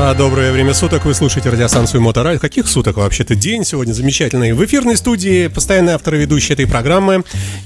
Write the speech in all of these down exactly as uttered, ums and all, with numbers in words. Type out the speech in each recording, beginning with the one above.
Доброе время суток, вы слушаете радиостанцию Моторадио. Каких суток вообще-то? День сегодня замечательный. В эфирной студии постоянный автор и ведущий этой программы,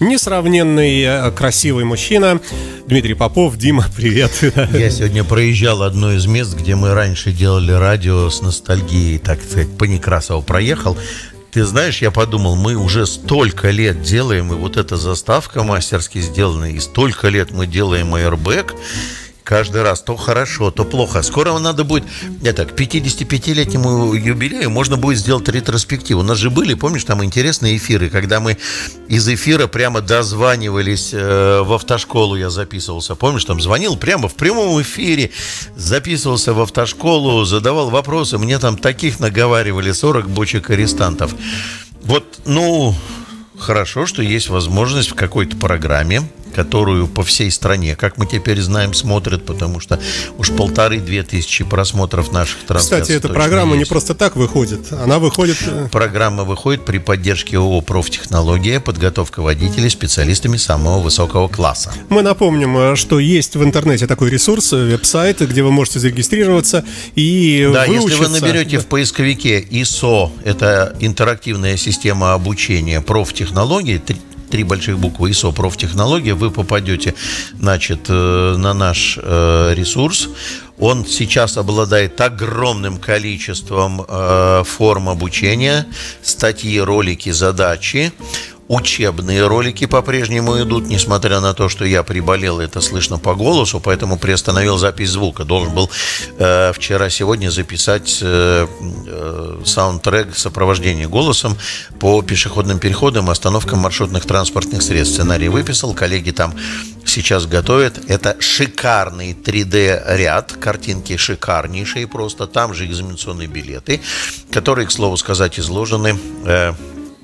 несравненный красивый мужчина Дмитрий Попов. Дима, привет. Я сегодня проезжал одно из мест, где мы раньше делали радио с ностальгией, так сказать, по Некрасову проехал. Ты знаешь, я подумал, мы уже столько лет делаем, и вот эта заставка мастерски сделана, и столько лет мы делаем airbag. Каждый раз то хорошо, то плохо. Скоро надо будет, это, к пятидесятипятилетнему юбилею можно будет сделать ретроспективу. У нас же были, помнишь, там интересные эфиры, когда мы из эфира прямо дозванивались э, в автошколу, я записывался. Помнишь, там звонил прямо в прямом эфире, записывался в автошколу, задавал вопросы. Мне там таких наговаривали, сорок бочек арестантов. Вот, ну, хорошо, что есть возможность в какой-то программе, которую по всей стране, как мы теперь знаем, смотрят, потому что уж полторы-две тысячи просмотров наших трансляций. Кстати, эта программа есть. Не просто так выходит, она выходит... Программа выходит при поддержке ООО «Профтехнология», подготовка водителей специалистами самого высокого класса. Мы напомним, что есть в интернете такой ресурс, веб-сайт, где вы можете зарегистрироваться и да, выучиться. Если вы наберете да. в поисковике ай эс о, это интерактивная система обучения профтехнологий, три больших буквы ай эс о профтехнология, вы попадете, значит, на наш ресурс. Он сейчас обладает огромным количеством форм обучения, статьи, ролики, задачи. Учебные ролики по-прежнему идут, несмотря на то, что я приболел, это слышно по голосу, поэтому приостановил запись звука. Должен был э, вчера-сегодня записать э, э, саундтрек сопровождения голосом по пешеходным переходам и остановкам маршрутных транспортных средств. Сценарий выписал, коллеги там сейчас готовят. Это шикарный три дэ-ряд, картинки шикарнейшие просто. Там же экзаменационные билеты, которые, к слову сказать, изложены... Э,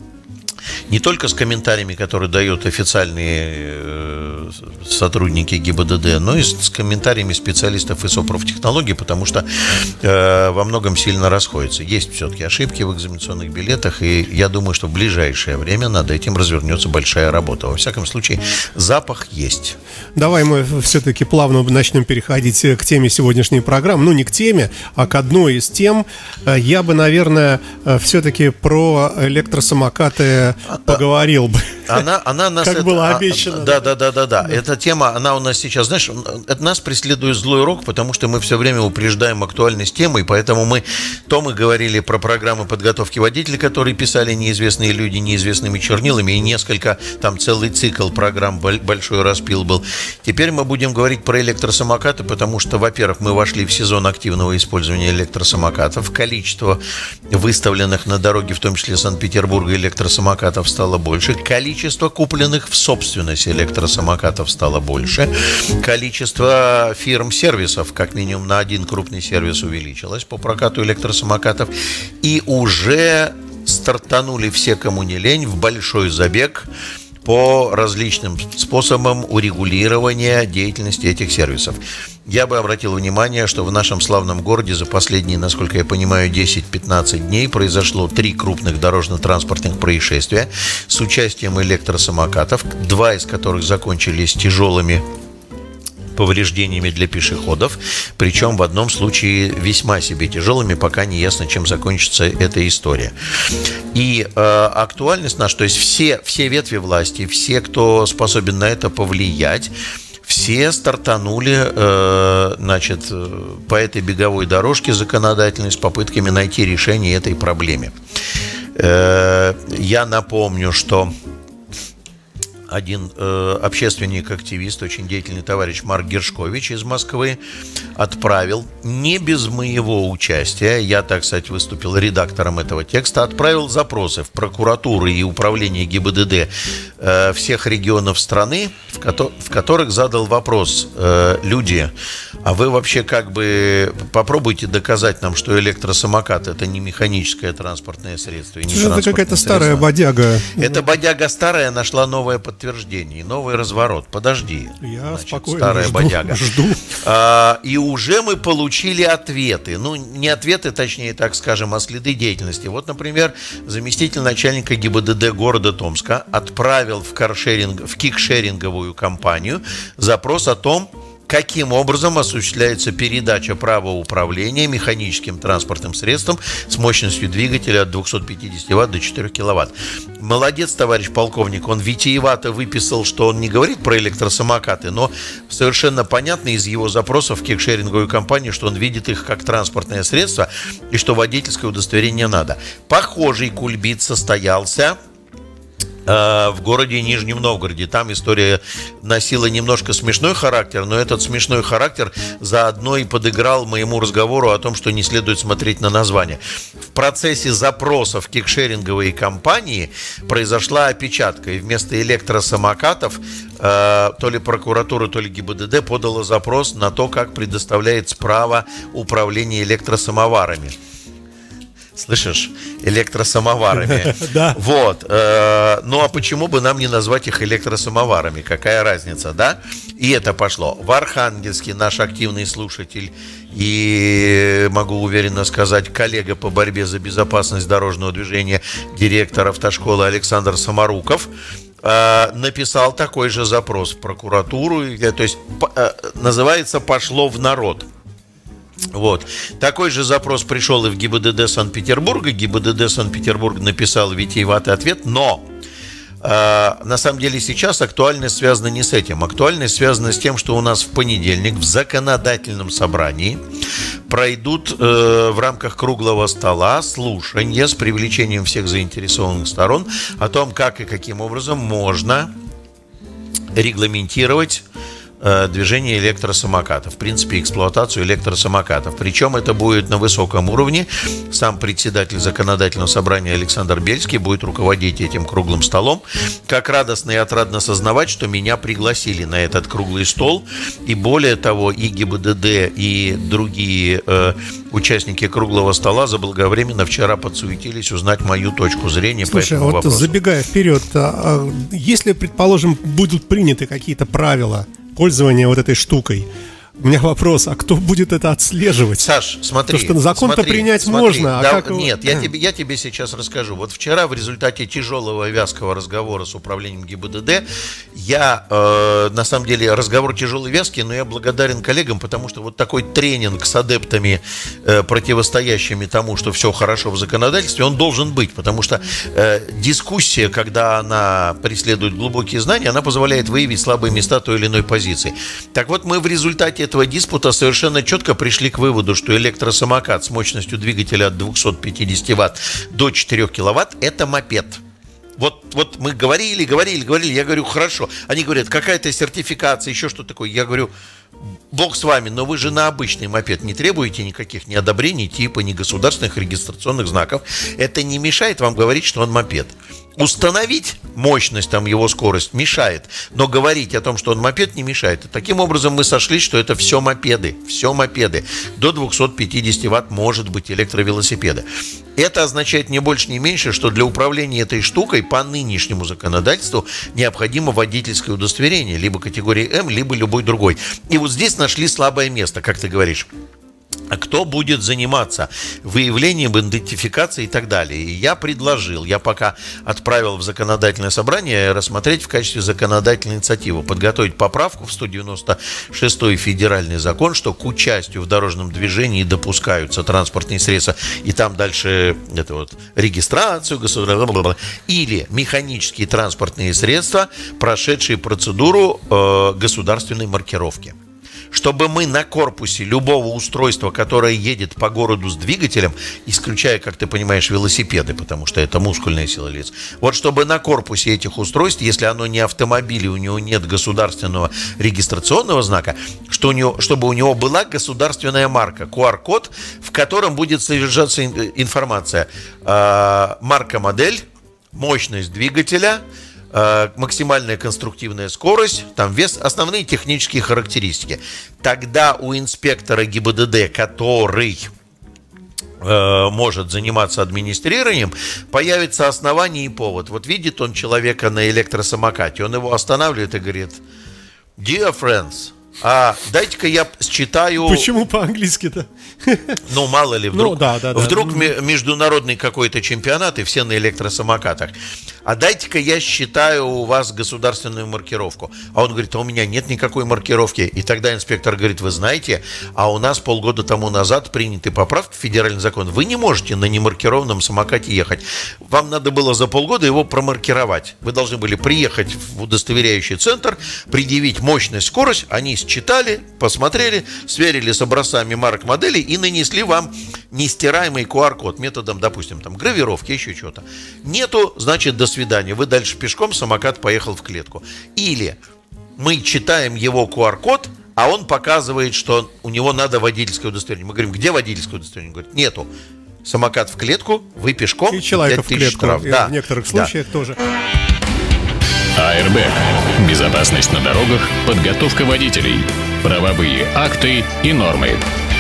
не только с комментариями, которые дают официальные э, сотрудники ГИБДД, но и с, с комментариями специалистов ай эс о профтехнологии, потому что э, во многом сильно расходятся. Есть все-таки ошибки в экзаменационных билетах, и я думаю, что в ближайшее время над этим развернется большая работа. Во всяком случае, запах есть. Давай мы все-таки плавно начнем переходить к теме сегодняшней программы. Ну, не к теме, а к одной из тем. Я бы, наверное, все-таки про электросамокаты поговорил бы. Она, она нас как это, было обещано. Да, да, да, да, да. Эта тема, она у нас сейчас, знаешь, это нас преследует злой рок, потому что мы все время упреждаем актуальность темы, и поэтому мы, то мы говорили про программы подготовки водителей, которые писали неизвестные люди неизвестными чернилами, и несколько, там целый цикл программ, большой распил был. Теперь мы будем говорить про электросамокаты, потому что, во-первых, мы вошли в сезон активного использования электросамокатов. Количество выставленных на дороге, в том числе Санкт-Петербурга, электросамокатов стало больше. Количество купленных в собственность электросамокатов стало больше. Количество фирм-сервисов, как минимум на один крупный сервис, увеличилось по прокату электросамокатов. И уже стартанули все, кому не лень, в большой забег по различным способам урегулирования деятельности этих сервисов. Я бы обратил внимание, что в нашем славном городе за последние, насколько я понимаю, десять-пятнадцать дней произошло три крупных дорожно-транспортных происшествия с участием электросамокатов, два из которых закончились тяжелыми повреждениями для пешеходов, причем в одном случае весьма себе тяжелыми, пока не ясно, чем закончится эта история. И э, актуальность наша, то есть все, все ветви власти, все, кто способен на это повлиять, все стартанули, э, значит, по этой беговой дорожке законодательной с попытками найти решение этой проблеме. Э, я напомню, что один э, общественник-активист, очень деятельный товарищ Марк Гершкович из Москвы отправил, не без моего участия, я, так сказать, выступил редактором этого текста, отправил запросы в прокуратуру и управление ГИБДД э, всех регионов страны, в, ко- в которых задал вопрос: э, люди, а вы вообще как бы попробуйте доказать нам, что электросамокат — это не механическое транспортное средство. И не это какая-то старая средство. бодяга. Это бодяга старая, нашла новое подтверждение, новый разворот. Подожди. Я Значит, спокойно старая жду, бодяга. жду. А, и уже мы получили ответы. Ну, не ответы, точнее, так скажем, а следы деятельности. Вот, например, заместитель начальника ГИБДД города Томска отправил в каршеринг, в кикшеринговую компанию запрос о том, каким образом осуществляется передача права управления механическим транспортным средством с мощностью двигателя от двухсот пятидесяти ватт до четырёх киловатт. Молодец, товарищ полковник, он витиевато выписал, что он не говорит про электросамокаты, но совершенно понятно из его запросов в кикшеринговую компанию, что он видит их как транспортное средство и что водительское удостоверение надо. Похожий кульбит состоялся в городе Нижнем Новгороде. Там история носила немножко смешной характер, но этот смешной характер заодно и подыграл моему разговору о том, что не следует смотреть на название. В процессе запросов кикшеринговой компании произошла опечатка, и вместо электросамокатов э, то ли прокуратура, то ли ГИБДД подала запрос на то, как предоставляется право управления электросамоварами. Слышишь? Электросамоварами. Да. Вот. Ну а почему бы нам не назвать их электросамоварами? Какая разница, да? И это пошло. В Архангельске наш активный слушатель и, могу уверенно сказать, коллега по борьбе за безопасность дорожного движения, директор автошколы Александр Самаруков, написал такой же запрос в прокуратуру. То есть называется «Пошло в народ». Вот. Такой же запрос пришел и в ГИБДД Санкт-Петербурга. ГИБДД Санкт-Петербург написал витиеватый ответ, но э, на самом деле сейчас актуальность связана не с этим. Актуальность связана с тем, что у нас в понедельник в законодательном собрании пройдут э, в рамках круглого стола слушания с привлечением всех заинтересованных сторон о том, как и каким образом можно регламентировать движение электросамокатов, в принципе, эксплуатацию электросамокатов. Причем это будет на высоком уровне. Сам председатель законодательного собрания Александр Бельский будет руководить этим круглым столом. Как радостно и отрадно сознавать, что меня пригласили на этот круглый стол. И более того, и ГИБДД, и другие э, участники круглого стола заблаговременно вчера подсуетились узнать мою точку зрения. Слушай, по этому вот вопросу. Забегая вперед, а, если, предположим, будут приняты какие-то правила пользования вот этой штукой, у меня вопрос, а кто будет это отслеживать? Саш, смотри. Потому что закон-то смотри, принять смотри, можно, а да, как... Нет, я тебе, я тебе сейчас расскажу. Вот вчера в результате тяжелого вязкого разговора с управлением ГИБДД я, э, на самом деле, разговор тяжелый вязкий, но я благодарен коллегам, потому что вот такой тренинг с адептами, э, противостоящими тому, что все хорошо в законодательстве, он должен быть, потому что э, дискуссия, когда она преследует глубокие знания, она позволяет выявить слабые места той или иной позиции. Так вот, мы в результате этого диспута совершенно четко пришли к выводу, что электросамокат с мощностью двигателя от двухсот пятидесяти ватт до четырёх киловатт – это мопед. Вот, вот мы говорили, говорили, говорили, я говорю, хорошо. Они говорят, какая-то сертификация, еще что такое. Я говорю, бог с вами, но вы же на обычный мопед не требуете никаких ни одобрений типа, ни государственных регистрационных знаков. Это не мешает вам говорить, что он мопед. Установить мощность, там, его скорость мешает, но говорить о том, что он мопед, не мешает. И таким образом мы сошлись, что это все мопеды, все мопеды. До двухсот пятидесяти ватт может быть электровелосипеды. Это означает не больше, не меньше, что для управления этой штукой по нынешнему законодательству необходимо водительское удостоверение, либо категории М, либо любой другой. И вот здесь нашли слабое место, как ты говоришь. А кто будет заниматься выявлением, идентификацией и так далее? И я предложил, я пока отправил в законодательное собрание рассмотреть в качестве законодательной инициативы, подготовить поправку в сто девяносто шестой федеральный закон, что к участию в дорожном движении допускаются транспортные средства, и там дальше это вот регистрацию государственного или механические транспортные средства, прошедшие процедуру э, государственной маркировки. Чтобы мы на корпусе любого устройства, которое едет по городу с двигателем, исключая, как ты понимаешь, велосипеды, потому что это мускульная сила лиц, вот чтобы на корпусе этих устройств, если оно не автомобиль и у него нет государственного регистрационного знака, что у него, чтобы у него была государственная марка, ку ар код, в котором будет содержаться информация, марка, модель, мощность двигателя, максимальная конструктивная скорость, там вес, основные технические характеристики. Тогда у инспектора ГИБДД, который э, может заниматься администрированием, появится основание и повод. Вот видит он человека на электросамокате, он его останавливает и говорит: Dear friends, А дайте-ка я считаю... Почему по-английски-то? Ну, мало ли, вдруг, ну, да, да, да. вдруг международный какой-то чемпионат, и все на электросамокатах. А дайте-ка я считаю у вас государственную маркировку. А он говорит, а у меня нет никакой маркировки. И тогда инспектор говорит, вы знаете, а у нас полгода тому назад приняты поправки в федеральный закон. Вы не можете на немаркированном самокате ехать. Вам надо было за полгода его промаркировать. Вы должны были приехать в удостоверяющий центр, предъявить мощность, скорость. Они считали, посмотрели, сверили с образцами марок моделей и нанесли вам нестираемый ку ар код методом, допустим, там гравировки, еще что-то. Нету, значит, до свидания. Вы дальше пешком, самокат поехал в клетку. Или мы читаем его ку ар код, а он показывает, что у него надо водительское удостоверение. Мы говорим, где водительское удостоверение? Он говорит, нету. Самокат в клетку, вы пешком, и человека в клетку. Штраф. И да. В некоторых случаях да. тоже. АРБ. Безопасность на дорогах, подготовка водителей, правовые акты и нормы.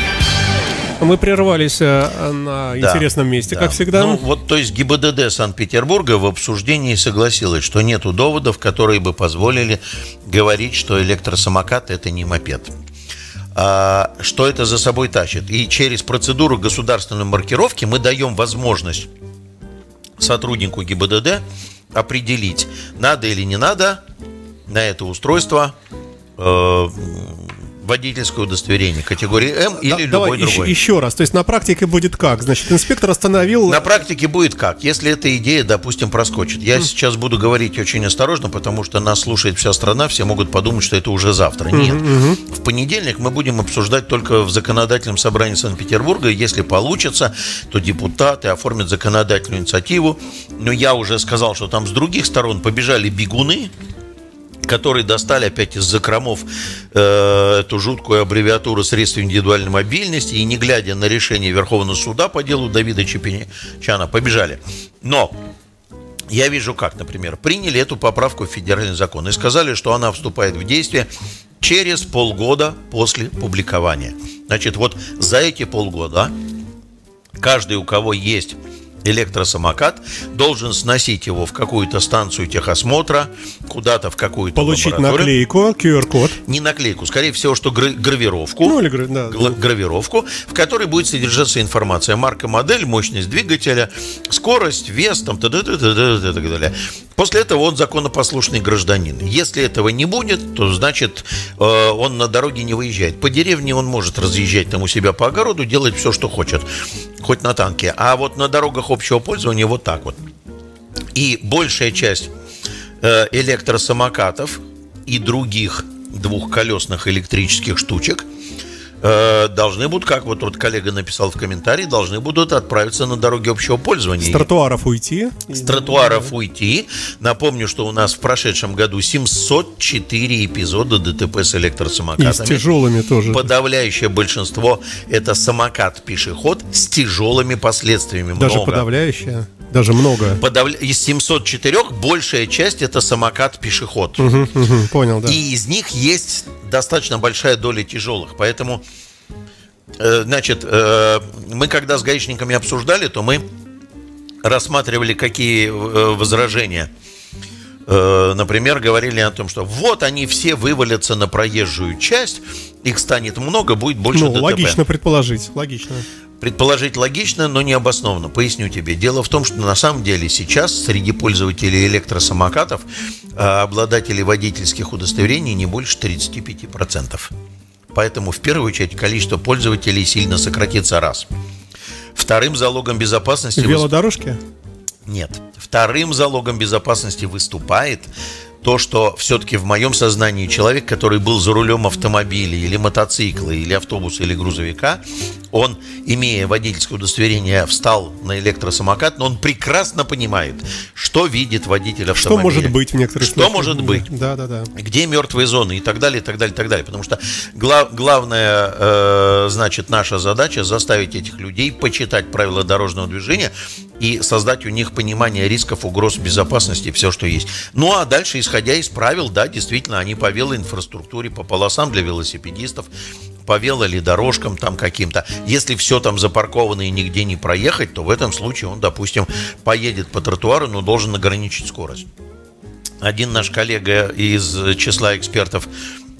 Мы прервались на да, интересном месте, да. как всегда. Ну, вот, то есть ГИБДД Санкт-Петербурга в обсуждении согласилась, что нету доводов, которые бы позволили говорить, что электросамокат – это не мопед. А, что это за собой тащит? И через процедуру государственной маркировки мы даем возможность сотруднику ГИБДД определить, надо или не надо на это устройство э, водительское удостоверение категории М или да, любой давай, другой. Еще, еще раз, то есть на практике будет как? Значит, инспектор остановил... На практике будет как? Если эта идея, допустим, проскочит. Я mm. сейчас буду говорить очень осторожно, потому что нас слушает вся страна, все могут подумать, что это уже завтра. Нет. Mm-hmm. В понедельник мы будем обсуждать только в законодательном собрании Санкт-Петербурга. Если получится, то депутаты оформят законодательную инициативу. Но я уже сказал, что там с других сторон побежали бегуны, которые достали опять из закромов э, эту жуткую аббревиатуру средств индивидуальной мобильности и, не глядя на решение Верховного суда по делу Давида Чепенчана, побежали. Но я вижу как, например, приняли эту поправку в федеральный закон и сказали, что она вступает в действие через полгода после публикования. Значит, вот за эти полгода каждый, у кого есть электросамокат, должен сносить его в какую-то станцию техосмотра, куда-то в какую-то получить лабораторию. Наклейку, ку ар код. Не наклейку, скорее всего, что гравировку, ну, или, да, да. гравировку, в которой будет содержаться информация: марка, модель, мощность двигателя, скорость, вес, там, т.д. и так далее. После этого он законопослушный гражданин. Если этого не будет, то значит он на дороге не выезжает. По деревне он может разъезжать там у себя по огороду, делать все, что хочет, хоть на танке. А вот на дорогах общего пользования вот так вот. И большая часть электросамокатов и других двухколесных электрических штучек должны будут, как вот тот коллега написал в комментарии, должны будут отправиться на дороги общего пользования. С тротуаров уйти. С тротуаров уйти. Напомню, что у нас в прошедшем году семьсот четыре эпизода ДТП с электросамокатами. И с тяжелыми тоже. Подавляющее большинство – это самокат-пешеход с тяжелыми последствиями. Даже много. подавляющее? Даже много. Подавля... Из семисот четырёх большая часть – это самокат-пешеход. Угу, угу, понял, да. И из них есть достаточно большая доля тяжелых. Поэтому, э, значит, э, мы когда с гаишниками обсуждали, то мы рассматривали, какие э, возражения. Э, например, говорили о том, что вот они все вывалятся на проезжую часть, их станет много, будет больше ну, ДТП. Логично предположить, логично. Предположить логично, но не обоснованно. Поясню тебе. Дело в том, что на самом деле сейчас среди пользователей электросамокатов обладателей водительских удостоверений не больше тридцать пять процентов. Поэтому в первую очередь количество пользователей сильно сократится, раз. Вторым залогом безопасности... Велодорожки? Нет. Вторым залогом безопасности выступает то, что все-таки в моем сознании человек, который был за рулем автомобиля или мотоцикла, или автобуса, или грузовика, он, имея водительское удостоверение, встал на электросамокат, но он прекрасно понимает, что видит водитель автомобиля. Что может быть в некоторых случаях. Что может быть. Да, да, да. Где мертвые зоны и так далее, и так далее, и так далее. Потому что глав, главная, э, значит, наша задача заставить этих людей почитать правила дорожного движения и создать у них понимание рисков, угроз безопасности, все, что есть. Ну, а дальше, исходя из правил, да, действительно, они по велоинфраструктуре, по полосам для велосипедистов, по вело или дорожкам там каким-то. Если все там запарковано и нигде не проехать, то в этом случае он, допустим, поедет по тротуару, но должен ограничить скорость. Один наш коллега из числа экспертов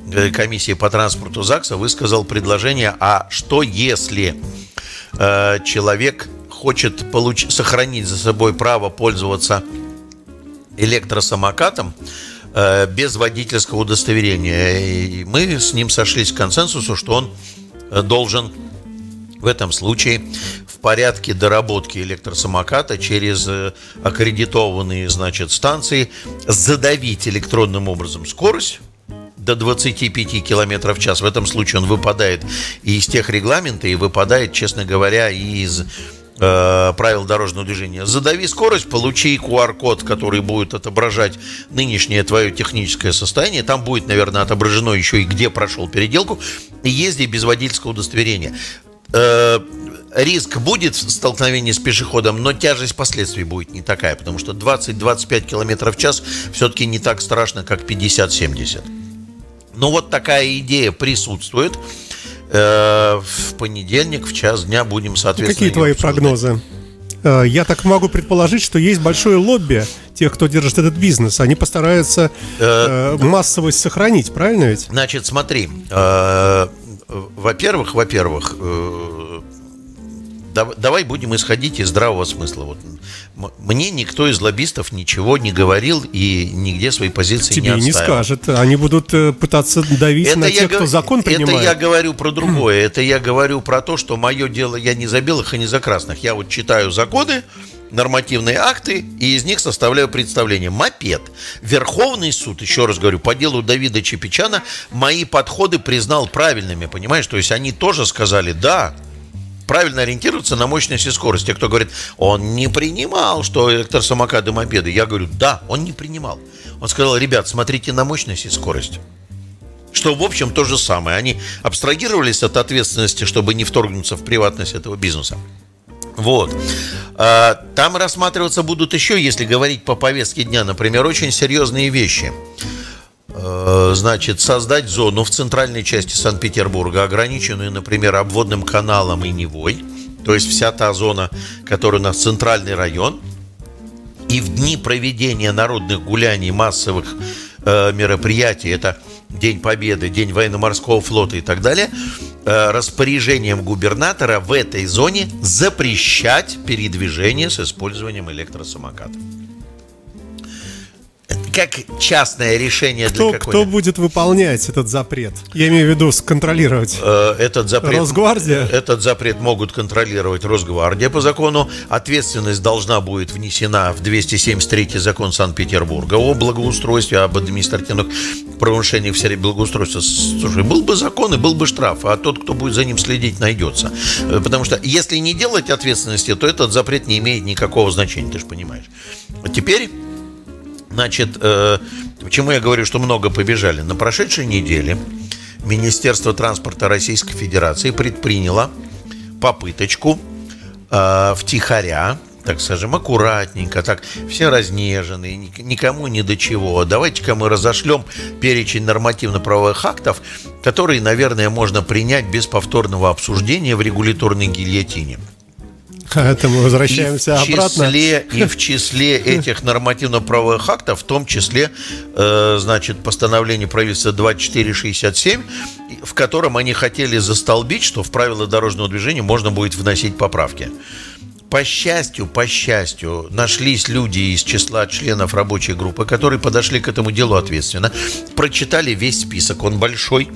комиссии по транспорту ЗАГСа высказал предложение, а что если э, человек хочет получ- сохранить за собой право пользоваться электросамокатом э, без водительского удостоверения. И мы с ним сошлись к консенсусу, что он должен в этом случае в порядке доработки электросамоката через аккредитованные, значит, станции задавить электронным образом скорость до двадцати пяти километров в час. В этом случае он выпадает и из тех регламента, и выпадает, честно говоря, и из э, правил дорожного движения. Задави скорость, получи ку ар код, который будет отображать нынешнее твое техническое состояние. Там будет, наверное, отображено еще и где прошел переделку. И езди без водительского удостоверения. Э, риск будет в столкновении с пешеходом, но тяжесть последствий будет не такая, потому что двадцать-двадцать пять километров в час все-таки не так страшно, как пятьдесят-семьдесят. Ну, вот такая идея присутствует. Э, в понедельник в час дня будем, соответственно... Какие твои обсуждать. Прогнозы? Э, я так могу предположить, что есть большое лобби тех, кто держит этот бизнес. Они постараются э, массовость сохранить, правильно ведь? Значит, смотри. Э, во-первых, во-первых... Э, давай будем исходить из здравого смысла. Вот. Мне никто из лоббистов ничего не говорил и нигде свои позиции Тебе не отстаивал. Тебе не скажет. Они будут пытаться давить это на тех, кто закон принимает. Это я говорю про другое. Это я говорю про то, что мое дело, я не за белых и не за красных. Я вот читаю законы, нормативные акты, и из них составляю представление. Мопед. Верховный суд, еще раз говорю, по делу Давида Чепичана мои подходы признал правильными, понимаешь? То есть они тоже сказали, да, правильно ориентироваться на мощность и скорость. Те, кто говорит, он не принимал, что электросамокаты, мопеды. Я говорю, да, он не принимал. Он сказал, ребят, смотрите на мощность и скорость. Что, в общем, то же самое. Они абстрагировались от ответственности, чтобы не вторгнуться в приватность этого бизнеса. Вот. Там рассматриваться будут еще, если говорить по повестке дня, например, очень серьезные вещи. Значит, создать зону в центральной части Санкт-Петербурга, ограниченную, например, обводным каналом и Невой. То есть вся та зона, которая у нас центральный район. И в дни проведения народных гуляний, массовых э, мероприятий, это День Победы, День военно-морского флота и так далее, э, распоряжением губернатора в этой зоне запрещать передвижение с использованием электросамокатов. Как частное решение кто, для какой-то... Кто будет выполнять этот запрет? Я имею в виду сконтролировать. Э, этот запрет, Росгвардия? Этот запрет могут контролировать Росгвардия по закону. Ответственность должна будет внесена в двести семьдесят третий закон Санкт-Петербурга о благоустройстве, об административных правонарушениях в сфере благоустройства. Слушай, был бы закон и был бы штраф, а тот, кто будет за ним следить, найдется. Потому что если не делать ответственности, то этот запрет не имеет никакого значения, ты же понимаешь. А теперь... Значит, э, почему я говорю, что много побежали? На прошедшей неделе Министерство транспорта Российской Федерации предприняло попыточку э, втихаря, так скажем, аккуратненько, так, все разнеженные, никому ни до чего. Давайте-ка мы разошлем перечень нормативно-правовых актов, которые, наверное, можно принять без повторного обсуждения в регуляторной гильотине. Это мы возвращаемся и в обратно. Числе, и в числе этих нормативно-правовых актов, в том числе, э, значит, постановление правительства двадцать четыре шестьдесят семь, в котором они хотели застолбить, что в правила дорожного движения можно будет вносить поправки. По счастью, по счастью, нашлись люди из числа членов рабочей группы, которые подошли к этому делу ответственно, прочитали весь список, он большой,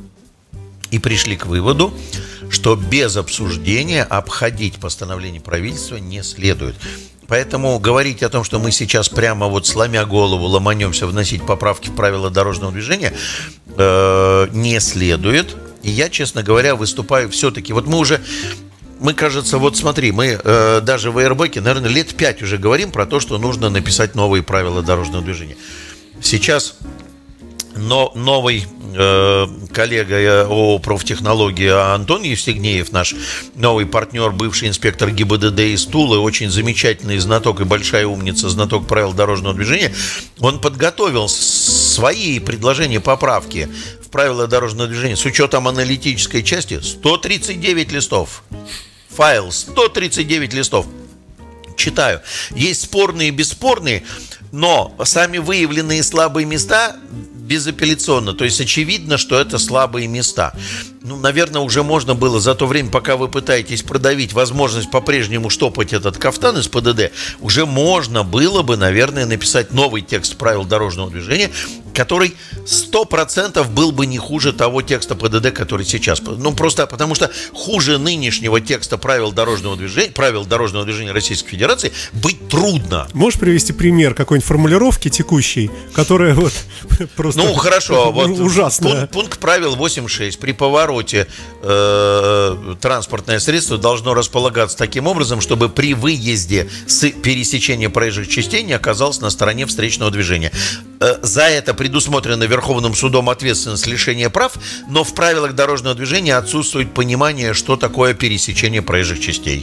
и пришли к выводу, что без обсуждения обходить постановление правительства не следует. Поэтому говорить о том, что мы сейчас прямо вот сломя голову ломанемся вносить поправки в правила дорожного движения, э, не следует. И я, честно говоря, выступаю все-таки... Вот мы уже... Мы, кажется, вот смотри, мы э, даже в Airbag, наверное, лет пять уже говорим про то, что нужно написать новые правила дорожного движения. Сейчас но, новый... коллега ООО «Профтехнологии» Антон Евстигнеев, наш новый партнер, бывший инспектор ГИБДД из Тулы, очень замечательный знаток и большая умница, знаток правил дорожного движения, он подготовил свои предложения поправки в правила дорожного движения с учетом аналитической части. Сто тридцать девять листов. Файл сто тридцать девять листов. Читаю. Есть спорные и бесспорные, но сами выявленные слабые места безапелляционно. То есть очевидно, что это слабые места. Ну, наверное, уже можно было за то время, пока вы пытаетесь продавить возможность по-прежнему штопать этот кафтан из ПДД, уже можно было бы, наверное, написать новый текст правил дорожного движения, который сто процентов был бы не хуже того текста ПДД, который сейчас. Ну, просто потому что хуже нынешнего текста правил дорожного движения, правил дорожного движения Российской Федерации быть трудно. Можешь привести пример какой-нибудь формулировки текущей, которая вот просто ну, хорошо, вот ужасная? Пункт, пункт правил восемь шесть. При повороте э, транспортное средство должно располагаться таким образом, чтобы при выезде с пересечения проезжих частей не оказалось на стороне встречного движения. Э, за это предусмотрена Верховным судом ответственность лишения прав, но в правилах дорожного движения отсутствует понимание, что такое пересечение проезжих частей.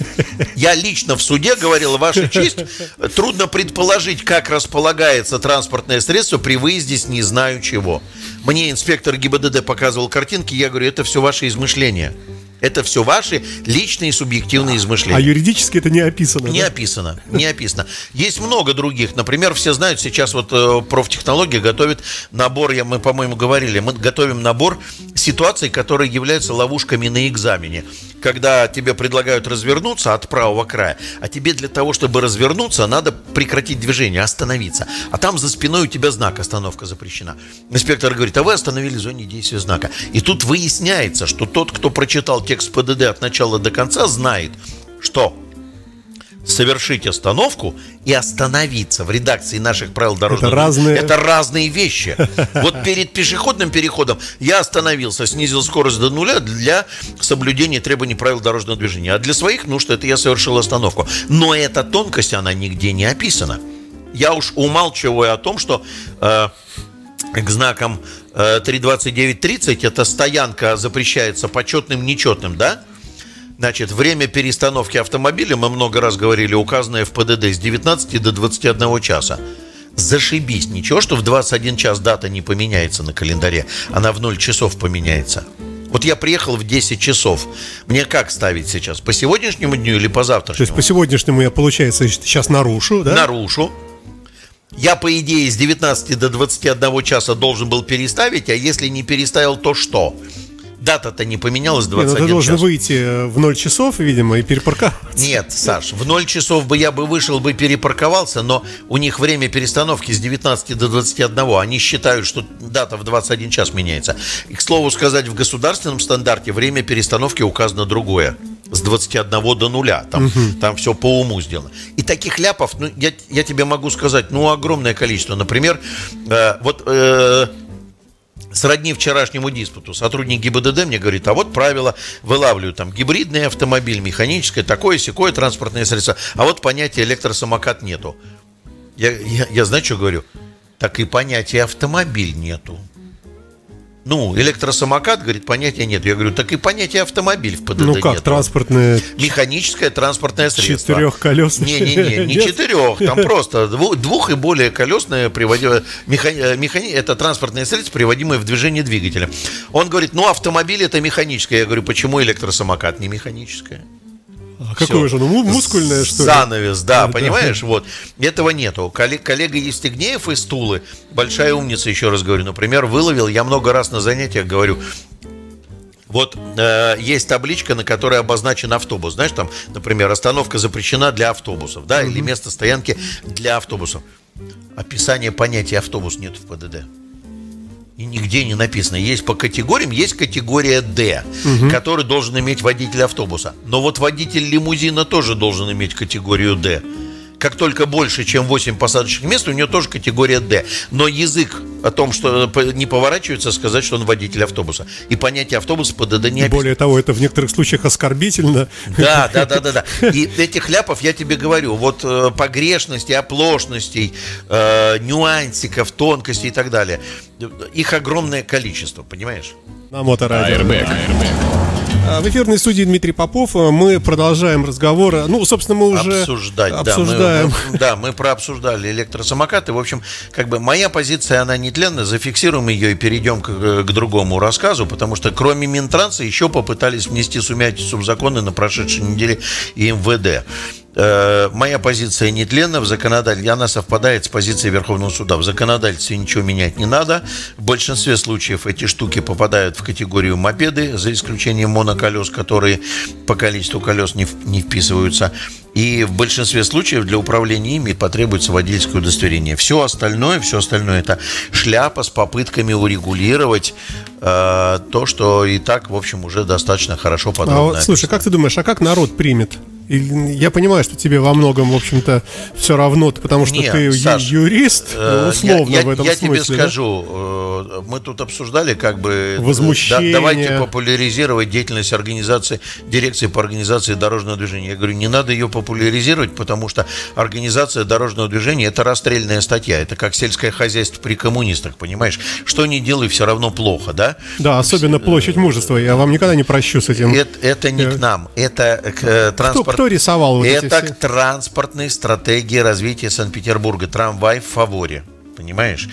Я лично в суде говорил: ваша честь, трудно предположить, как располагается транспортное средство при выезде с не знаю чего. Мне инспектор ГИБДД показывал картинки, я говорю: это все ваши измышления. Это все ваши личные субъективные измышления. А юридически это не описано? Не да? описано, не описано. Есть много других. Например, все знают, сейчас вот э, профтехнология готовит набор, я, мы, по-моему, говорили, мы готовим набор ситуаций, которые являются ловушками на экзамене. Когда тебе предлагают развернуться от правого края, а тебе для того, чтобы развернуться, надо прекратить движение, остановиться. А там за спиной у тебя знак «Остановка запрещена». Инспектор говорит: а вы остановили в зоне действия знака. И тут выясняется, что тот, кто прочитал текст ПДД от начала до конца, знает, что совершить остановку и остановиться в редакции наших правил дорожного движения разные... это разные вещи. Вот перед пешеходным переходом я остановился, снизил скорость до нуля для соблюдения требований правил дорожного движения. А для своих нужд это я совершил остановку. Но эта тонкость, она нигде не описана. Я уж умалчиваю о том, что э, к знакам э, три двадцать девять тридцать эта стоянка запрещается почетным, нечетным, да? Значит, время перестановки автомобиля, мы много раз говорили, указанное в ПДД с девятнадцати до двадцати одного часа. Зашибись, ничего, что в двадцать один час дата не поменяется на календаре, она в ноль часов поменяется. Вот я приехал в десять часов. Мне как ставить сейчас? По сегодняшнему дню или по завтрашнему? То есть по сегодняшнему я, получается, сейчас нарушу, да? Нарушу. Я, по идее, с девятнадцати до двадцати одного часа должен был переставить, а если не переставил, то что? Дата-то не поменялась в двадцать один час. Ты должен выйти в ноль часов, видимо, и перепарковаться. Нет, Саш, в ноль часов бы я бы вышел, бы перепарковался, но у них время перестановки с девятнадцати до двадцати одного. Они считают, что дата в двадцать один час меняется. И, к слову сказать, в государственном стандарте время перестановки указано другое. С двадцати одного до нуля. Там, угу. там все по уму сделано. И таких ляпов, ну, я, я тебе могу сказать, ну, огромное количество. Например, э, вот... Э, сродни вчерашнему диспуту сотрудник ГИБДД мне говорит: а вот правила вылавливают там гибридный автомобиль, механическое, такое-сякое транспортное средство, а вот понятия электросамокат нету. Я, я, я знаю, что говорю? Так и понятия автомобиль нету. Ну, электросамокат, говорит, понятия нет. Я говорю: так и понятие автомобиль в ПДД нет. Ну как, нету. Транспортное... Механическое транспортное средство. Четырехколесное? Не-не-не, не четырех, там просто двух и более колесное, приводя... Механи... Механи... это транспортное средство, приводимое в движение двигателем. Он говорит: ну, автомобиль это механическое. Я говорю: почему электросамокат не механическое? А какое же, ну, мускульное, что ли? Занавес, да, да, понимаешь, да. Вот. Этого нету. Коллег, коллега Евстигнеев из Тулы, большая умница, еще раз говорю, например, выловил, я много раз на занятиях говорю, вот э, есть табличка, на которой обозначен автобус, знаешь, там, например, остановка запрещена для автобусов, да, mm-hmm. или место стоянки для автобусов. Описание понятия автобус нет в ПДД. И нигде не написано. Есть по категориям, есть категория D, угу. который должен иметь водитель автобуса. Но вот водитель лимузина тоже должен иметь категорию D. Как только больше, чем восемь посадочных мест, у него тоже категория D. Но язык о том, что не поворачивается, сказать, что он водитель автобуса. И понятие автобуса ПДД не описано. Более того, это в некоторых случаях оскорбительно. Да, да, да, да, да. И этих ляпов я тебе говорю. Вот э, погрешностей, оплошностей, э, нюансиков, тонкостей и так далее. Их огромное количество, понимаешь? На Моторадио. Аэрбэк. В эфирной студии Дмитрий Попов. Мы продолжаем разговор. Ну, собственно, мы уже обсуждать, обсуждаем. Да, мы, да, мы прообсуждали электросамокаты. В общем, как бы моя позиция, она нетленная. Зафиксируем ее и перейдем к, к другому рассказу, потому что кроме Минтранса еще попытались внести сумятицу в законы на прошедшей неделе и эм вэ дэ. э, моя позиция нетленна в законодательстве, она совпадает с позицией Верховного суда. В законодательстве ничего менять не надо. В большинстве случаев эти штуки попадают в категорию мопеды, за исключением моноколес, которые по количеству колес не, не вписываются. И в большинстве случаев для управления ими потребуется водительское удостоверение. Все остальное, все остальное это шляпа с попытками урегулировать э, то, что и так, в общем, уже достаточно хорошо подробно. А вот, слушай, как ты думаешь, а как народ примет? Я понимаю, что тебе во многом, в общем-то, все равно, потому что Нет, ты Саш, юрист, условно я, я, в этом я смысле. Я тебе да? скажу, мы тут обсуждали, как бы, возмущение. Да, давайте популяризировать деятельность организации, дирекции по организации дорожного движения. Я говорю, не надо ее популяризировать, потому что организация дорожного движения – это расстрельная статья, это как сельское хозяйство при коммунистах, понимаешь? Что ни делай, все равно плохо, да? Да, особенно площадь мужества, я вам никогда не прощу с этим. Это, это не к нам, это к транспорту. Кто рисовал вот это эти все? к транспортной стратегии развития Санкт-Петербурга. Трамвай в фаворе, понимаешь?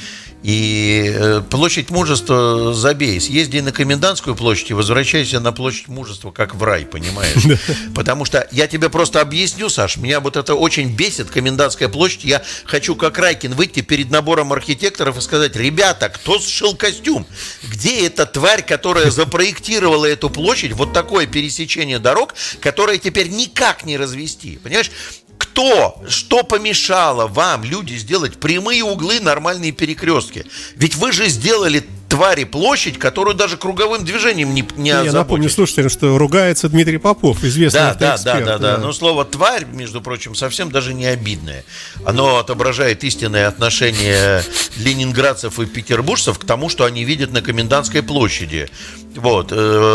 И э, площадь мужества забей. Съезди на Комендантскую площадь и возвращайся на площадь мужества, как в рай, понимаешь? Потому что я тебе просто объясню, Саш, меня вот это очень бесит, Комендантская площадь. Я хочу, как Райкин, выйти перед набором архитекторов и сказать: ребята, кто сшил костюм? Где эта тварь, которая запроектировала эту площадь? Вот такое пересечение дорог, которое теперь никак не развести, понимаешь? Кто, что помешало вам, люди, сделать прямые углы, нормальные перекрестки? Ведь вы же сделали, твари, площадь, которую даже круговым движением не, не Я напомню слушателям, что ругается Дмитрий Попов, известный да, автоэксперт. Да, да, да, да. Но слово «тварь», между прочим, совсем даже не обидное. Оно отображает истинное отношение ленинградцев и петербуржцев к тому, что они видят на Комендантской площади. Вот.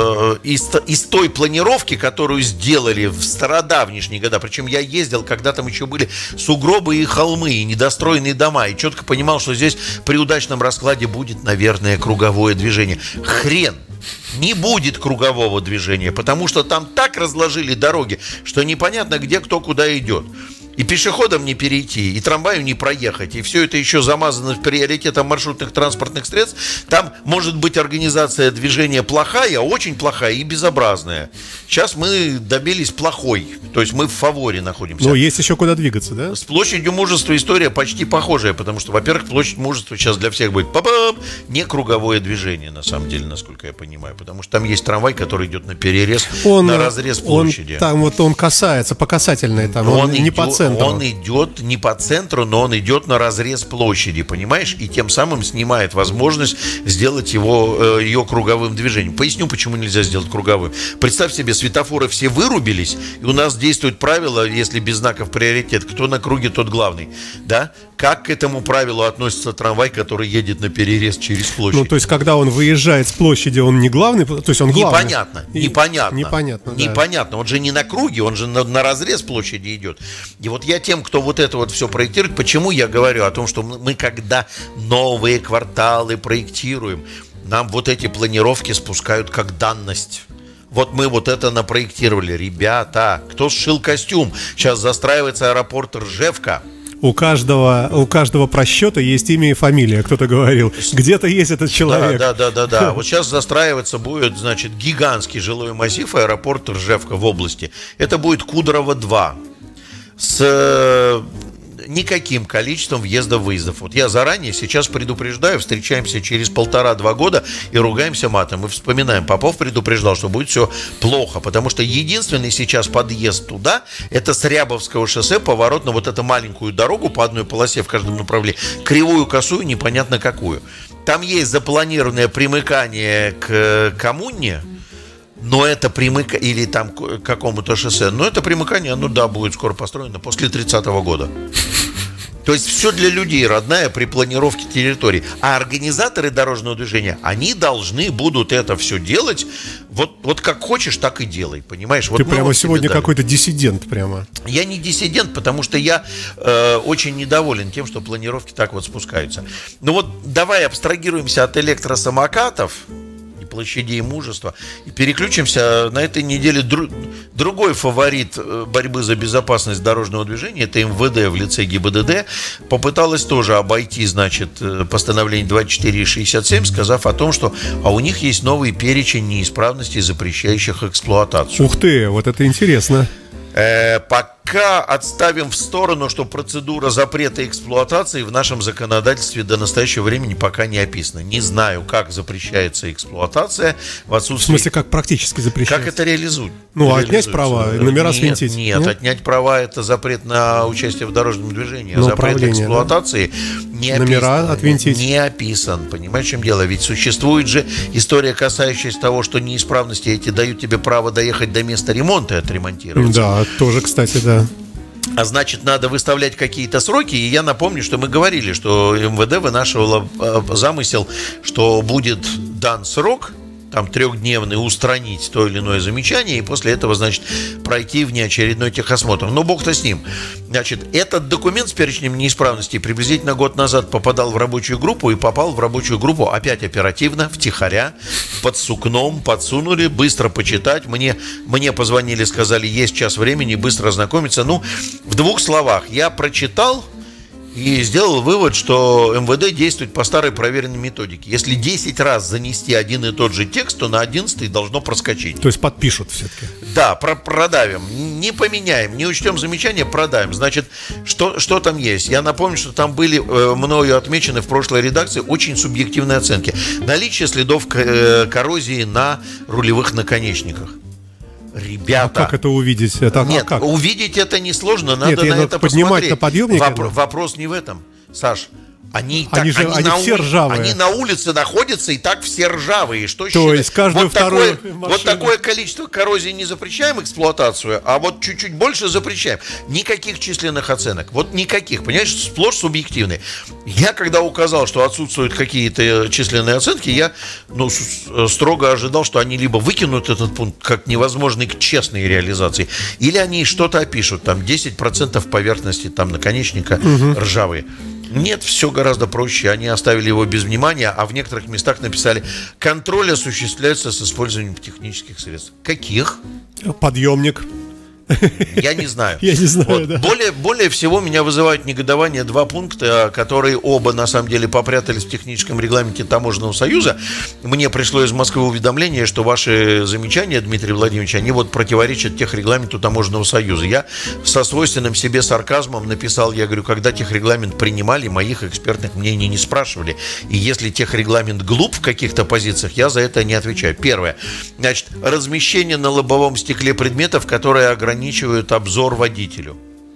Из, из той планировки, которую сделали в стародавнишние года, причем я ездил, когда там еще были сугробы и холмы, и недостроенные дома, и четко понимал, что здесь при удачном раскладе будет, наверное, круговое движение. Хрен! Не будет кругового движения, потому что там так разложили дороги, что непонятно, где кто куда идет. И пешеходам не перейти, и трамваю не проехать, и все это еще замазано приоритетом маршрутных транспортных средств. Там может быть организация движения плохая, очень плохая и безобразная. Сейчас мы добились плохой, то есть мы в фаворе находимся. Но есть еще куда двигаться, да? С площадью мужества история почти похожая, потому что, во-первых, площадь мужества сейчас для всех будет па-пам, не круговое движение, на самом деле, насколько я понимаю, потому что там есть трамвай, который идет на перерез, он, на разрез площади. Он, там вот он касается, по касательной, там, он, он не идет, по центру. Он идет не по центру, но он идет на разрез площади, понимаешь? И тем самым снимает возможность сделать его, э, ее круговым движением. Поясню, почему нельзя сделать круговым. Представь себе, светофоры все вырубились, и у нас действует правило, если без знаков приоритет, кто на круге, тот главный. Да? Как к этому правилу относится трамвай, который едет на перерез через площадь? Ну, то есть, когда он выезжает с площади, он не главный, то есть он главный. Непонятно, И... непонятно. Непонятно, да. Непонятно. Он же не на круге, он же на, на разрез площади идет. И вот я тем, кто вот это вот все проектирует, почему я говорю о том, что мы, когда новые кварталы проектируем, нам вот эти планировки спускают как данность. Вот мы вот это напроектировали. Ребята, кто сшил костюм? Сейчас застраивается аэропорт Ржевка. У каждого, у каждого просчета есть имя и фамилия, кто-то говорил. Где-то есть этот человек. Да, да, да, да, да. Вот сейчас застраиваться будет, значит, гигантский жилой массив, аэропорт Ржевка в области. Это будет Кудрово два. С никаким количеством въездов-выездов. Вот я заранее сейчас предупреждаю, встречаемся через полтора-два года и ругаемся матом. Мы вспоминаем, Попов предупреждал, что будет все плохо, потому что единственный сейчас подъезд туда, это с Рябовского шоссе, поворот на вот эту маленькую дорогу по одной полосе в каждом направлении, кривую, косую, непонятно какую. Там есть запланированное примыкание к коммуне, но это примыкание, или там к какому-то шоссе, но это примыкание, оно, да, будет скоро построено после тридцатого года. То есть все для людей родная при планировке территории. А организаторы дорожного движения, они должны будут это все делать вот, вот как хочешь, так и делай, понимаешь? Вот ты прямо вот сегодня какой-то диссидент прямо. Я не диссидент, потому что я э, очень недоволен тем, что планировки так вот спускаются. Ну вот давай абстрагируемся от электросамокатов, площадей мужества и переключимся. На этой неделе дру, другой фаворит борьбы за безопасность дорожного движения, это эм вэ дэ в лице гэ бэ дэ дэ, попыталась тоже обойти, значит, постановление двадцать четыре шестьдесят семь, сказав о том, что а у них есть новый перечень неисправностей, запрещающих эксплуатацию. Ух ты, вот это интересно. Э, по пока отставим в сторону, что процедура запрета эксплуатации в нашем законодательстве до настоящего времени пока не описана. Не знаю, как запрещается эксплуатация в отсутствии... В смысле, как практически запрещается? Как это реализуют? Ну, отнять права, номера нет, свинтить? Нет, нет, отнять права — это запрет на участие в дорожном движении. А на запрет эксплуатации, да? не номера описан, отвинтить? Не описан. Понимаешь, в чем дело? Ведь существует же история, касающаяся того, что неисправности эти дают тебе право доехать до места ремонта и отремонтировать. Да, тоже, кстати, да. А значит, надо выставлять какие-то сроки. И я напомню, что мы говорили, что МВД вынашивало замысел, что будет дан срок, там, трехдневный, устранить то или иное замечание, и после этого, значит, пройти внеочередной техосмотр. Но бог-то с ним. Значит, этот документ с перечнем неисправностей приблизительно год назад попадал в рабочую группу, и попал в рабочую группу опять оперативно, втихаря, под сукном, подсунули, быстро почитать. Мне, мне позвонили, сказали, есть час времени, быстро ознакомиться. Ну, в двух словах, я прочитал и сделал вывод, что МВД действует по старой проверенной методике. Если десять раз занести один и тот же текст, то на одиннадцатый должно проскочить. То есть подпишут все-таки. Да, про продавим. Не поменяем, не учтем замечания, продавим. Значит, что, что там есть? Я напомню, что там были э, мною отмечены в прошлой редакции очень субъективные оценки. Наличие следов э, коррозии на рулевых наконечниках. Ребята. А как это увидеть? Это, Нет, а как? увидеть это несложно, надо Нет, на я это поднимать посмотреть. на подъемнике. Вопро- вопрос не в этом, Саш. Они, они, так, же, они, они на все ули... ржавые. Они на улице находятся, и так все ржавые. Что То считать? есть каждую вот вторую такое, машину. вот такое количество коррозии не запрещаем эксплуатацию, а вот чуть-чуть больше запрещаем. Никаких численных оценок. Вот никаких. Понимаешь, сплошь субъективные. Я, когда указал, что отсутствуют какие-то численные оценки, я ну, строго ожидал, что они либо выкинут этот пункт как невозможный к честной реализации, или они что-то опишут. Там десять процентов поверхности там, наконечника угу. ржавые. Нет, все гораздо проще. Они оставили его без внимания, а в некоторых местах написали: контроль осуществляется с использованием технических средств. Каких? Подъемник. Я не знаю. Я не знаю, вот. да. более, более всего меня вызывают негодование два пункта, которые оба, на самом деле, попрятались в техническом регламенте Таможенного союза. Мне пришло из Москвы уведомление, что ваши замечания, Дмитрий Владимирович, они вот противоречат техрегламенту Таможенного союза. Я со свойственным себе сарказмом написал, я говорю, когда техрегламент принимали, моих экспертных мнений не спрашивали. И если техрегламент глуп в каких-то позициях, я за это не отвечаю. Первое. Значит, размещение на лобовом стекле предметов, которые ограничивают ограничивают обзор водителю.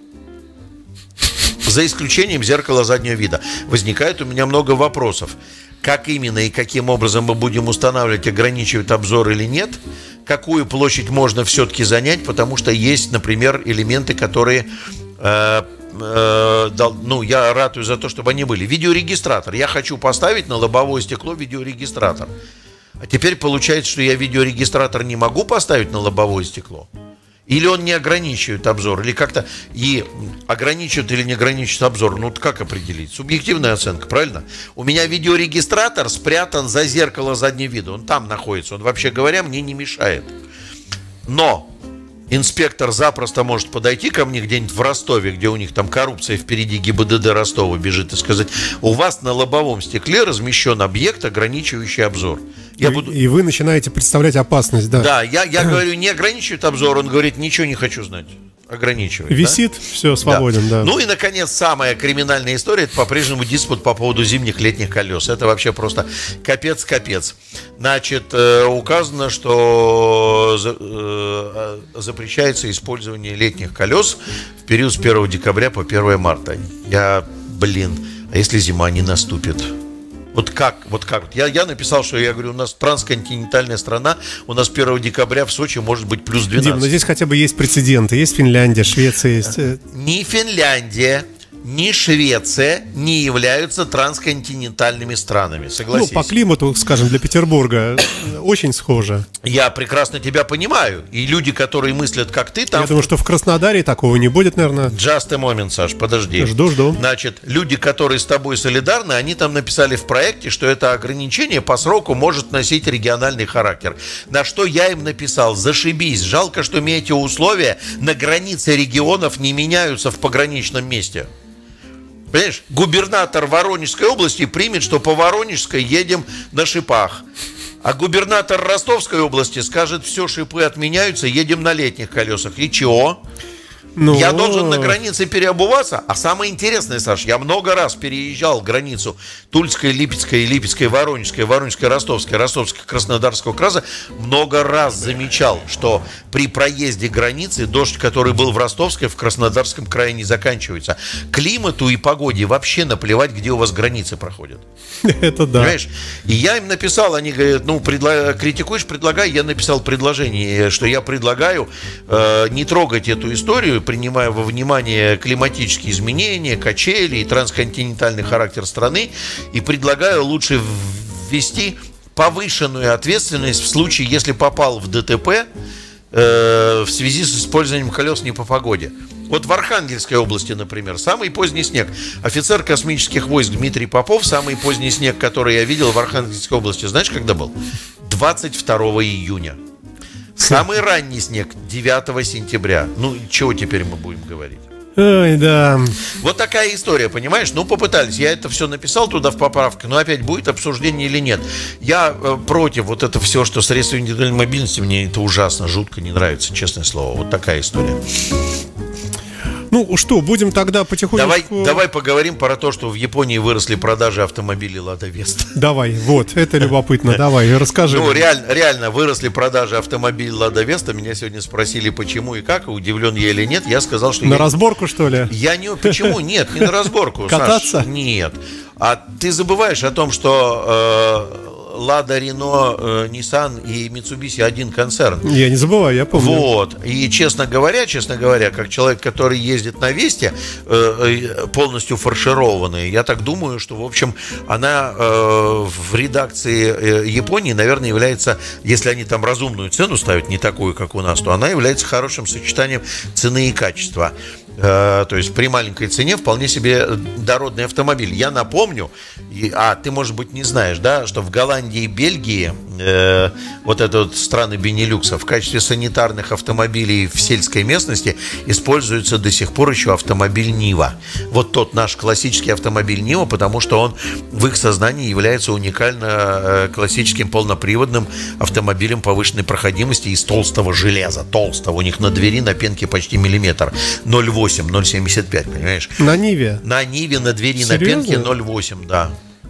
За исключением зеркала заднего вида. Возникает у меня много вопросов. Как именно и каким образом мы будем устанавливать, ограничивает обзор или нет? Какую площадь можно все-таки занять? Потому что есть, например, элементы, которые... Э, э, дал, ну, я ратую за то, чтобы они были. Видеорегистратор. Я хочу поставить на лобовое стекло видеорегистратор. А теперь получается, что я видеорегистратор не могу поставить на лобовое стекло? Или он не ограничивает обзор, или как-то и ограничивает или не ограничивает обзор. Ну, как определить? Субъективная оценка, правильно? У меня видеорегистратор спрятан за зеркало заднего вида. Он там находится. Он, вообще говоря, мне не мешает. Но инспектор запросто может подойти ко мне где-нибудь в Ростове, где у них там коррупция впереди ГИБДД Ростова бежит, и сказать: у вас на лобовом стекле размещен объект, ограничивающий обзор. Я и, буду... и вы начинаете представлять опасность, да? Да, я, я говорю, не ограничивает обзор, он говорит, ничего не хочу знать. Ограничивает. Висит, да? Все, свободен, да. да. Ну и, наконец, самая криминальная история — это по-прежнему диспут по поводу зимних летних колес. Это вообще просто капец-капец. Значит, э, указано, что за, э, запрещается использование летних колес в период с первого декабря по первое марта. Я, блин, а если зима не наступит? Вот как, вот как. Я, я написал, что я говорю, у нас трансконтинентальная страна, у нас первого декабря в Сочи может быть плюс двенадцать. Дим, но здесь хотя бы есть прецеденты. Есть Финляндия, Швеция есть. Ни Финляндия, ни Швеция не являются трансконтинентальными странами, согласись. Ну, по климату, скажем, для Петербурга очень схоже. Я прекрасно тебя понимаю. И люди, которые мыслят, как ты, там... Я думаю, что в Краснодаре такого не будет, наверное. Just a moment, Саш, подожди. Жду, жду. Значит, люди, которые с тобой солидарны, они там написали в проекте, что это ограничение по сроку может носить региональный характер. На что я им написал: зашибись, жалко, что метеоусловия на границе регионов не меняются в пограничном месте. Понимаешь, губернатор Воронежской области примет, что по Воронежской едем на шипах. А губернатор Ростовской области скажет: все, шипы отменяются, едем на летних колесах. И чего? Ну... Я должен на границе переобуваться. А самое интересное, Саш, я много раз переезжал границу Тульской, Липецкой, Липецкой, Воронежской, Воронежской, Ростовской, Ростовской, Краснодарского края. Много раз замечал, что при проезде границы дождь, который был в Ростовской, в Краснодарском крае не заканчивается. Климату и погоде вообще наплевать, где у вас границы проходят. Это да. Понимаешь? И я им написал, они говорят, ну, предла... критикуешь, предлагай. Я написал предложение, что я предлагаю э, не трогать эту историю, принимая во внимание климатические изменения, качели и трансконтинентальный характер страны, и предлагаю лучше ввести повышенную ответственность в случае, если попал в ДТП э, в связи с использованием колес не по погоде. Вот в Архангельской области, например, самый поздний снег. Офицер космических войск Дмитрий Попов, самый поздний снег, который я видел в Архангельской области, знаешь, когда был? двадцать второго июня. Самый ранний снег девятого сентября. Ну, чего теперь мы будем говорить? Ой, да. Вот такая история, понимаешь? Ну, попытались. Я это все написал туда в поправке, но опять будет обсуждение или нет. Я э, против вот это все, что средства индивидуальной мобильности, мне это ужасно, жутко не нравится, честное слово. Вот такая история. Ну что, будем тогда потихонечку... Давай, давай поговорим про то, что в Японии выросли продажи автомобилей Лада Веста. Давай, вот, это любопытно, давай, расскажи. Ну, реально, реально выросли продажи автомобилей Лада Веста. Меня сегодня спросили, почему и как, удивлен я или нет. Я сказал, что... На я... разборку, что ли? Я не... Почему? Нет, не на разборку, Кататься? Саш. Нет. А ты забываешь о том, что... Э... Лада, Рено, Ниссан и Митсубиси один концерн. Я не забываю, я помню. Вот. И, честно говоря, честно говоря, как человек, который ездит на Весте, полностью фаршированный, я так думаю, что, в общем, она в редакции Японии, наверное, является, если они там разумную цену ставят, не такую, как у нас, то она является хорошим сочетанием цены и качества. То есть при маленькой цене вполне себе дородный автомобиль. Я напомню, и, а ты, может быть, не знаешь, да, что в Голландии и Бельгии э, вот это вот страны Бенилюкса в качестве санитарных автомобилей в сельской местности используется до сих пор еще автомобиль Нива. Вот тот наш классический автомобиль Нива, потому что он в их сознании является уникально э, классическим полноприводным автомобилем повышенной проходимости из толстого железа. Толстого. У них на двери на пенке почти миллиметр. ноль восемь, ноль семьдесят пять, понимаешь? На Ниве? На Ниве, на двери, серьезно? На пенке ноль восемь, да.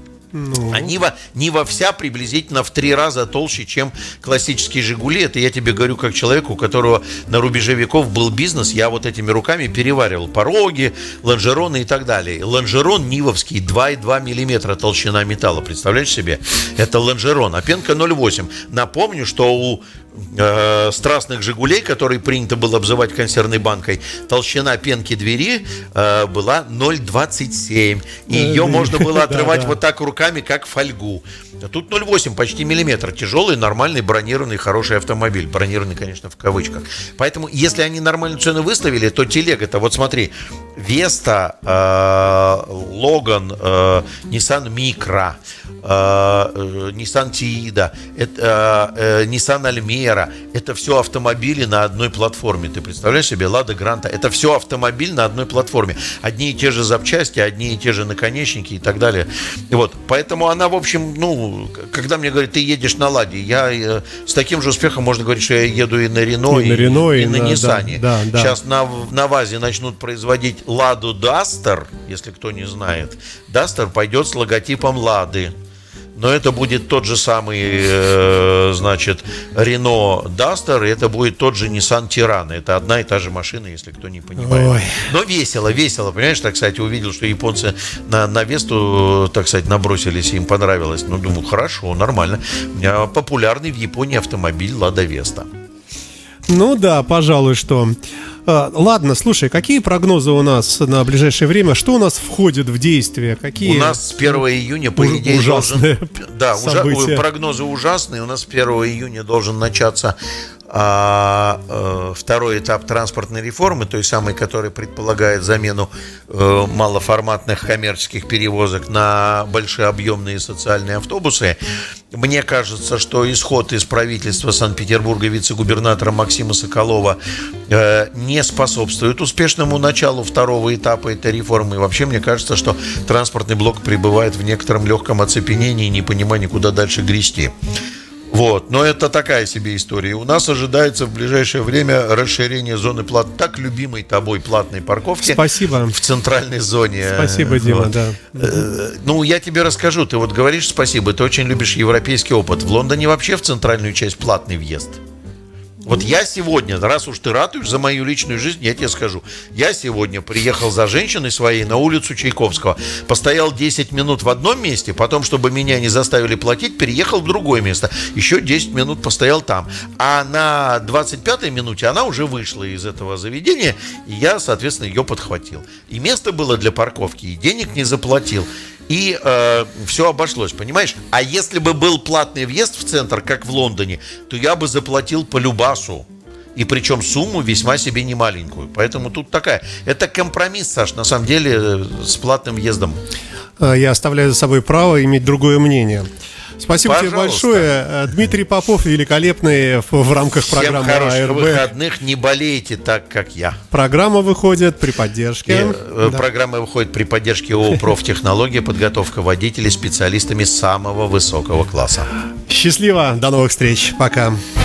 Ну. А Нива, Нива вся приблизительно в три раза толще, чем классические «Жигули». Это я тебе говорю как человек, у которого на рубеже веков был бизнес. Я вот этими руками переваривал пороги, лонжероны и так далее. Лонжерон нивовский два и два миллиметра толщина металла. Представляешь себе? Это лонжерон. А пенка ноль восемь. Напомню, что у э, страстных «Жигулей», которые принято было обзывать консервной банкой, толщина пенки двери э, была ноль двадцать семь. И ее можно было отрывать вот так руками, как фольгу. А тут ноль восемь, почти миллиметр. Тяжелый, нормальный, бронированный, хороший автомобиль. Бронированный, конечно, в кавычках. Поэтому, если они нормальную цену выставили, то телега-то, вот смотри, Веста, э, Логан, э, Nissan Micra, э, э, Nissan Tiida, это, э, Nissan Almera, это все автомобили на одной платформе. Ты представляешь себе? Лада Гранта. Это все автомобиль на одной платформе. Одни и те же запчасти, одни и те же наконечники и так далее. И вот, поэтому она, в общем, ну, когда мне говорят, ты едешь на Ладе, я э, с таким же успехом можно говорить, что я еду и на Рено, и, и, на, Рено, и, и на Ниссане. Да, да, да. Сейчас на, на ВАЗе начнут производить Ладу Дастер, если кто не знает. Дастер пойдет с логотипом Лады. Но это будет тот же самый, э, значит, Renault Duster, и это будет тот же Nissan Tirana. Это одна и та же машина, если кто не понимает. Ой. Но весело, весело, понимаешь, так сказать, увидел, что японцы на, на Весту, так сказать, набросились, им понравилось. Ну, думаю, хорошо, нормально. Популярный в Японии автомобиль Лада Веста. Ну да, пожалуй, что... А, ладно, слушай, какие прогнозы у нас на ближайшее время? Что у нас входит в действие? Какие... У нас с первого июня, по Уж, идее, ужасные должен... Да, ужа... прогнозы ужасные. У нас с первого июня должен начаться а, а, второй этап транспортной реформы, той самой, которая предполагает замену а, малоформатных коммерческих перевозок на большеобъемные социальные автобусы. Мне кажется, что исход из правительства Санкт-Петербурга вице-губернатора Максима Соколова э, не способствует успешному началу второго этапа этой реформы. И вообще, мне кажется, что транспортный блок пребывает в некотором легком оцепенении и непонимании, куда дальше грести. Вот, но это такая себе история. У нас ожидается в ближайшее время расширение зоны плат, так любимой тобой платной парковки. Спасибо. В центральной зоне. Спасибо, Дима, вот. да. Ну, я тебе расскажу. Ты вот говоришь спасибо, ты очень любишь европейский опыт. В Лондоне вообще в центральную часть платный въезд. Вот я сегодня, раз уж ты ратуешь за мою личную жизнь, я тебе скажу. Я сегодня приехал за женщиной своей на улицу Чайковского. Постоял десять минут в одном месте, потом, чтобы меня не заставили платить, переехал в другое место. Еще десять минут постоял там. А на двадцать пятой минуте она уже вышла из этого заведения, и я, соответственно, ее подхватил. И место было для парковки, и денег не заплатил. И э, все обошлось, понимаешь? А если бы был платный въезд в центр, как в Лондоне, то я бы заплатил по любасу. И причем сумму весьма себе немаленькую. Поэтому тут такая... Это компромисс, Саш, на самом деле, с платным въездом. Я оставляю за собой право иметь другое мнение. Спасибо Пожалуйста. тебе большое. Дмитрий Попов, великолепный в, в рамках Всем программы хороших АРБ. выходных, не болейте так, как я. Программа выходит при поддержке. И, да. Программа выходит при поддержке ООО «Профтехнология», подготовка водителей специалистами самого высокого класса. Счастливо, до новых встреч, пока.